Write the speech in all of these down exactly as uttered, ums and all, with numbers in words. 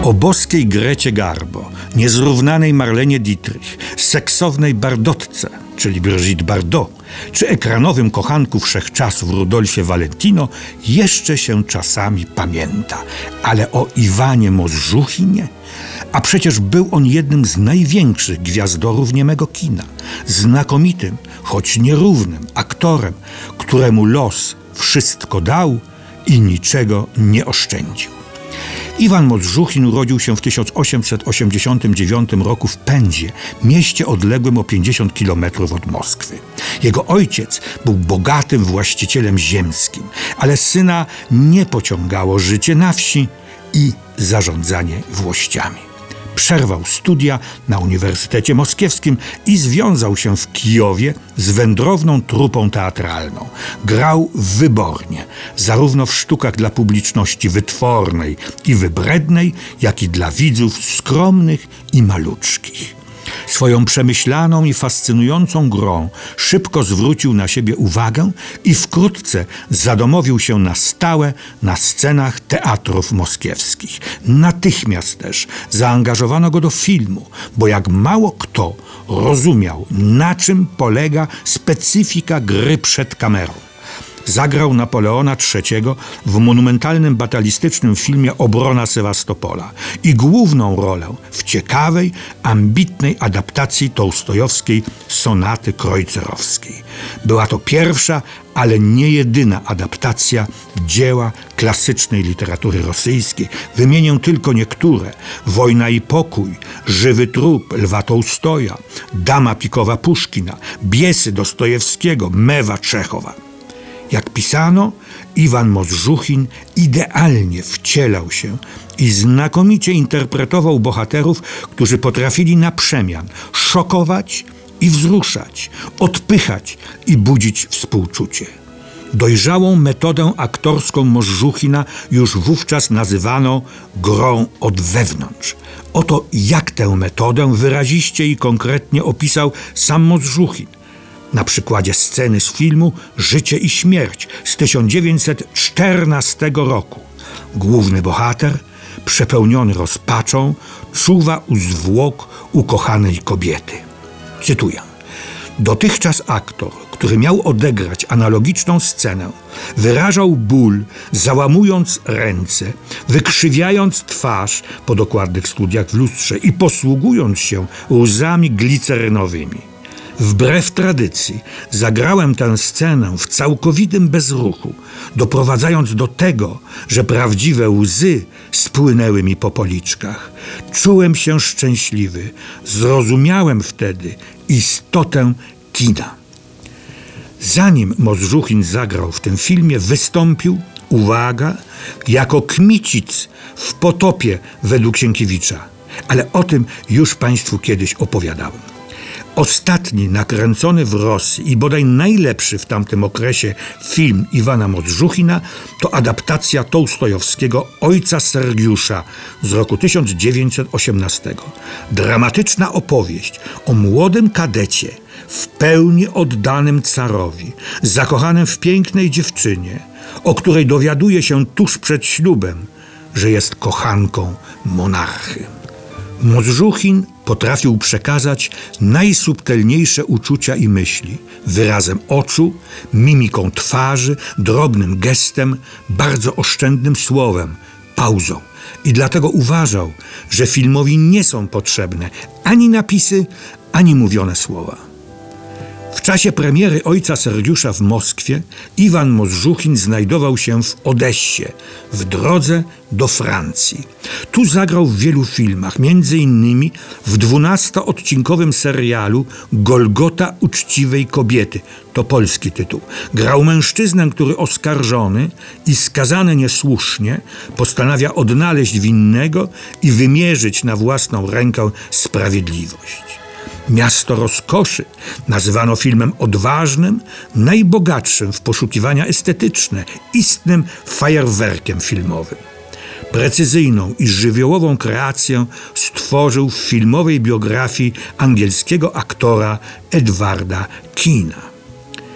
O boskiej Grecie Garbo, niezrównanej Marlenie Dietrich, seksownej Bardotce, czyli Brigitte Bardot, czy ekranowym kochanku wszechczasów Rudolfie Valentino jeszcze się czasami pamięta. Ale o Iwanie Mosżuchinie? A przecież był on jednym z największych gwiazdorów niemego kina. Znakomitym, choć nierównym aktorem, któremu los wszystko dał i niczego nie oszczędził. Iwan Mosżuchin urodził się w tysiąc osiemset osiemdziesiątym dziewiątym roku w Pędzie, mieście odległym o pięćdziesiąt kilometrów od Moskwy. Jego ojciec był bogatym właścicielem ziemskim, ale syna nie pociągało życie na wsi i zarządzanie włościami. Przerwał studia na Uniwersytecie Moskiewskim i związał się w Kijowie z wędrowną trupą teatralną. Grał wybornie, zarówno w sztukach dla publiczności wytwornej i wybrednej, jak i dla widzów skromnych i maluczkich. Swoją przemyślaną i fascynującą grą szybko zwrócił na siebie uwagę i wkrótce zadomowił się na stałe na scenach teatrów moskiewskich. Natychmiast też zaangażowano go do filmu, bo jak mało kto rozumiał, na czym polega specyfika gry przed kamerą. Zagrał Napoleona trzeciego w monumentalnym batalistycznym filmie Obrona Sewastopola i główną rolę w ciekawej, ambitnej adaptacji tołstojowskiej Sonaty Krojcerowskiej. Była to pierwsza, ale nie jedyna adaptacja dzieła klasycznej literatury rosyjskiej. Wymienię tylko niektóre: Wojna i pokój, Żywy trup Lwa Tołstoja, Dama pikowa Puszkina, Biesy Dostojewskiego, Mewa Czechowa. Jak pisano, Iwan Mosżuchin idealnie wcielał się i znakomicie interpretował bohaterów, którzy potrafili na przemian szokować i wzruszać, odpychać i budzić współczucie. Dojrzałą metodę aktorską Mosżuchina już wówczas nazywano grą od wewnątrz. Oto jak tę metodę wyraziście i konkretnie opisał sam Mosżuchin. Na przykładzie sceny z filmu Życie i śmierć z tysiąc dziewięćset czternastego roku. Główny bohater, przepełniony rozpaczą, czuwa u zwłok ukochanej kobiety. Cytuję: dotychczas aktor, który miał odegrać analogiczną scenę, wyrażał ból, załamując ręce, wykrzywiając twarz po dokładnych studiach w lustrze i posługując się łzami glicerynowymi. Wbrew tradycji zagrałem tę scenę w całkowitym bezruchu, doprowadzając do tego, że prawdziwe łzy spłynęły mi po policzkach. Czułem się szczęśliwy, zrozumiałem wtedy istotę kina. Zanim Mosżuchin zagrał w tym filmie, wystąpił, uwaga, jako Kmicic w Potopie według Sienkiewicza, ale o tym już Państwu kiedyś opowiadałem. Ostatni nakręcony w Rosji i bodaj najlepszy w tamtym okresie film Iwana Mosżuchina to adaptacja tołstojowskiego Ojca Sergiusza z roku tysiąc dziewięćset osiemnastego. Dramatyczna opowieść o młodym kadecie w pełni oddanym carowi, zakochanym w pięknej dziewczynie, o której dowiaduje się tuż przed ślubem, że jest kochanką monarchy. Mosżuchin potrafił przekazać najsubtelniejsze uczucia i myśli wyrazem oczu, mimiką twarzy, drobnym gestem, bardzo oszczędnym słowem, pauzą. I dlatego uważał, że filmowi nie są potrzebne ani napisy, ani mówione słowa. W czasie premiery Ojca Sergiusza w Moskwie Iwan Mosżuchin znajdował się w Odessie, w drodze do Francji. Tu zagrał w wielu filmach, między innymi w dwunastoodcinkowym serialu Golgota uczciwej kobiety. To polski tytuł. Grał mężczyznę, który oskarżony i skazany niesłusznie postanawia odnaleźć winnego i wymierzyć na własną rękę sprawiedliwość. Miasto rozkoszy nazywano filmem odważnym, najbogatszym w poszukiwania estetyczne, istnym fajerwerkiem filmowym. Precyzyjną i żywiołową kreację stworzył w filmowej biografii angielskiego aktora Edwarda Keana.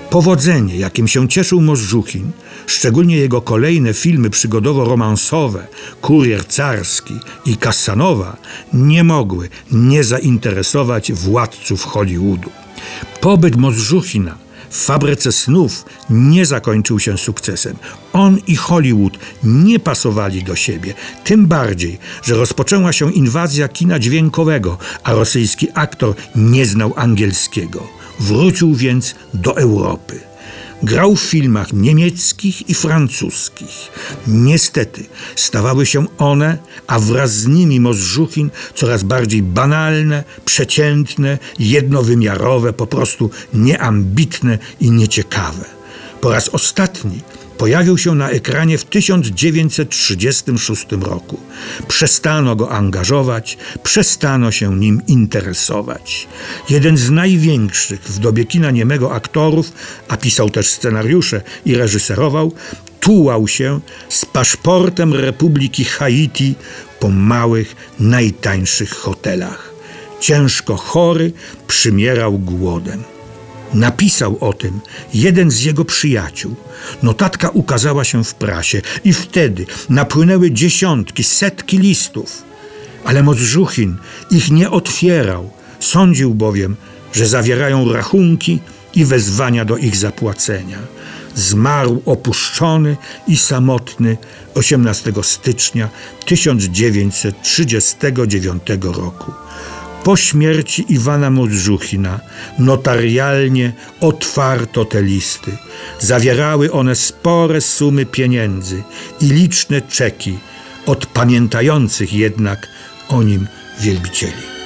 Powodzenie, jakim się cieszył Możdżuchin, szczególnie jego kolejne filmy przygodowo-romansowe Kurier Carski i Cassanowa, nie mogły nie zainteresować władców Hollywoodu. Pobyt Możdżuchina w fabryce snów nie zakończył się sukcesem. On i Hollywood nie pasowali do siebie, tym bardziej, że rozpoczęła się inwazja kina dźwiękowego, a rosyjski aktor nie znał angielskiego. Wrócił więc do Europy. Grał w filmach niemieckich i francuskich. Niestety stawały się one, a wraz z nimi Możdżuchin, coraz bardziej banalne, przeciętne, jednowymiarowe, po prostu nieambitne i nieciekawe. Po raz ostatni pojawił się na ekranie w tysiąc dziewięćset trzydziestym szóstym roku. Przestano go angażować, przestano się nim interesować. Jeden z największych w dobie kina niemego aktorów, a pisał też scenariusze i reżyserował, tułał się z paszportem Republiki Haiti po małych, najtańszych hotelach. Ciężko chory przymierał głodem. Napisał o tym jeden z jego przyjaciół. Notatka ukazała się w prasie i wtedy napłynęły dziesiątki, setki listów. Ale Możdżuchin ich nie otwierał. Sądził bowiem, że zawierają rachunki i wezwania do ich zapłacenia. Zmarł opuszczony i samotny osiemnastego stycznia tysiąc dziewięćset trzydziestego dziewiątego roku. Po śmierci Iwana Możdżuchina notarialnie otwarto te listy. Zawierały one spore sumy pieniędzy i liczne czeki od pamiętających jednak o nim wielbicieli.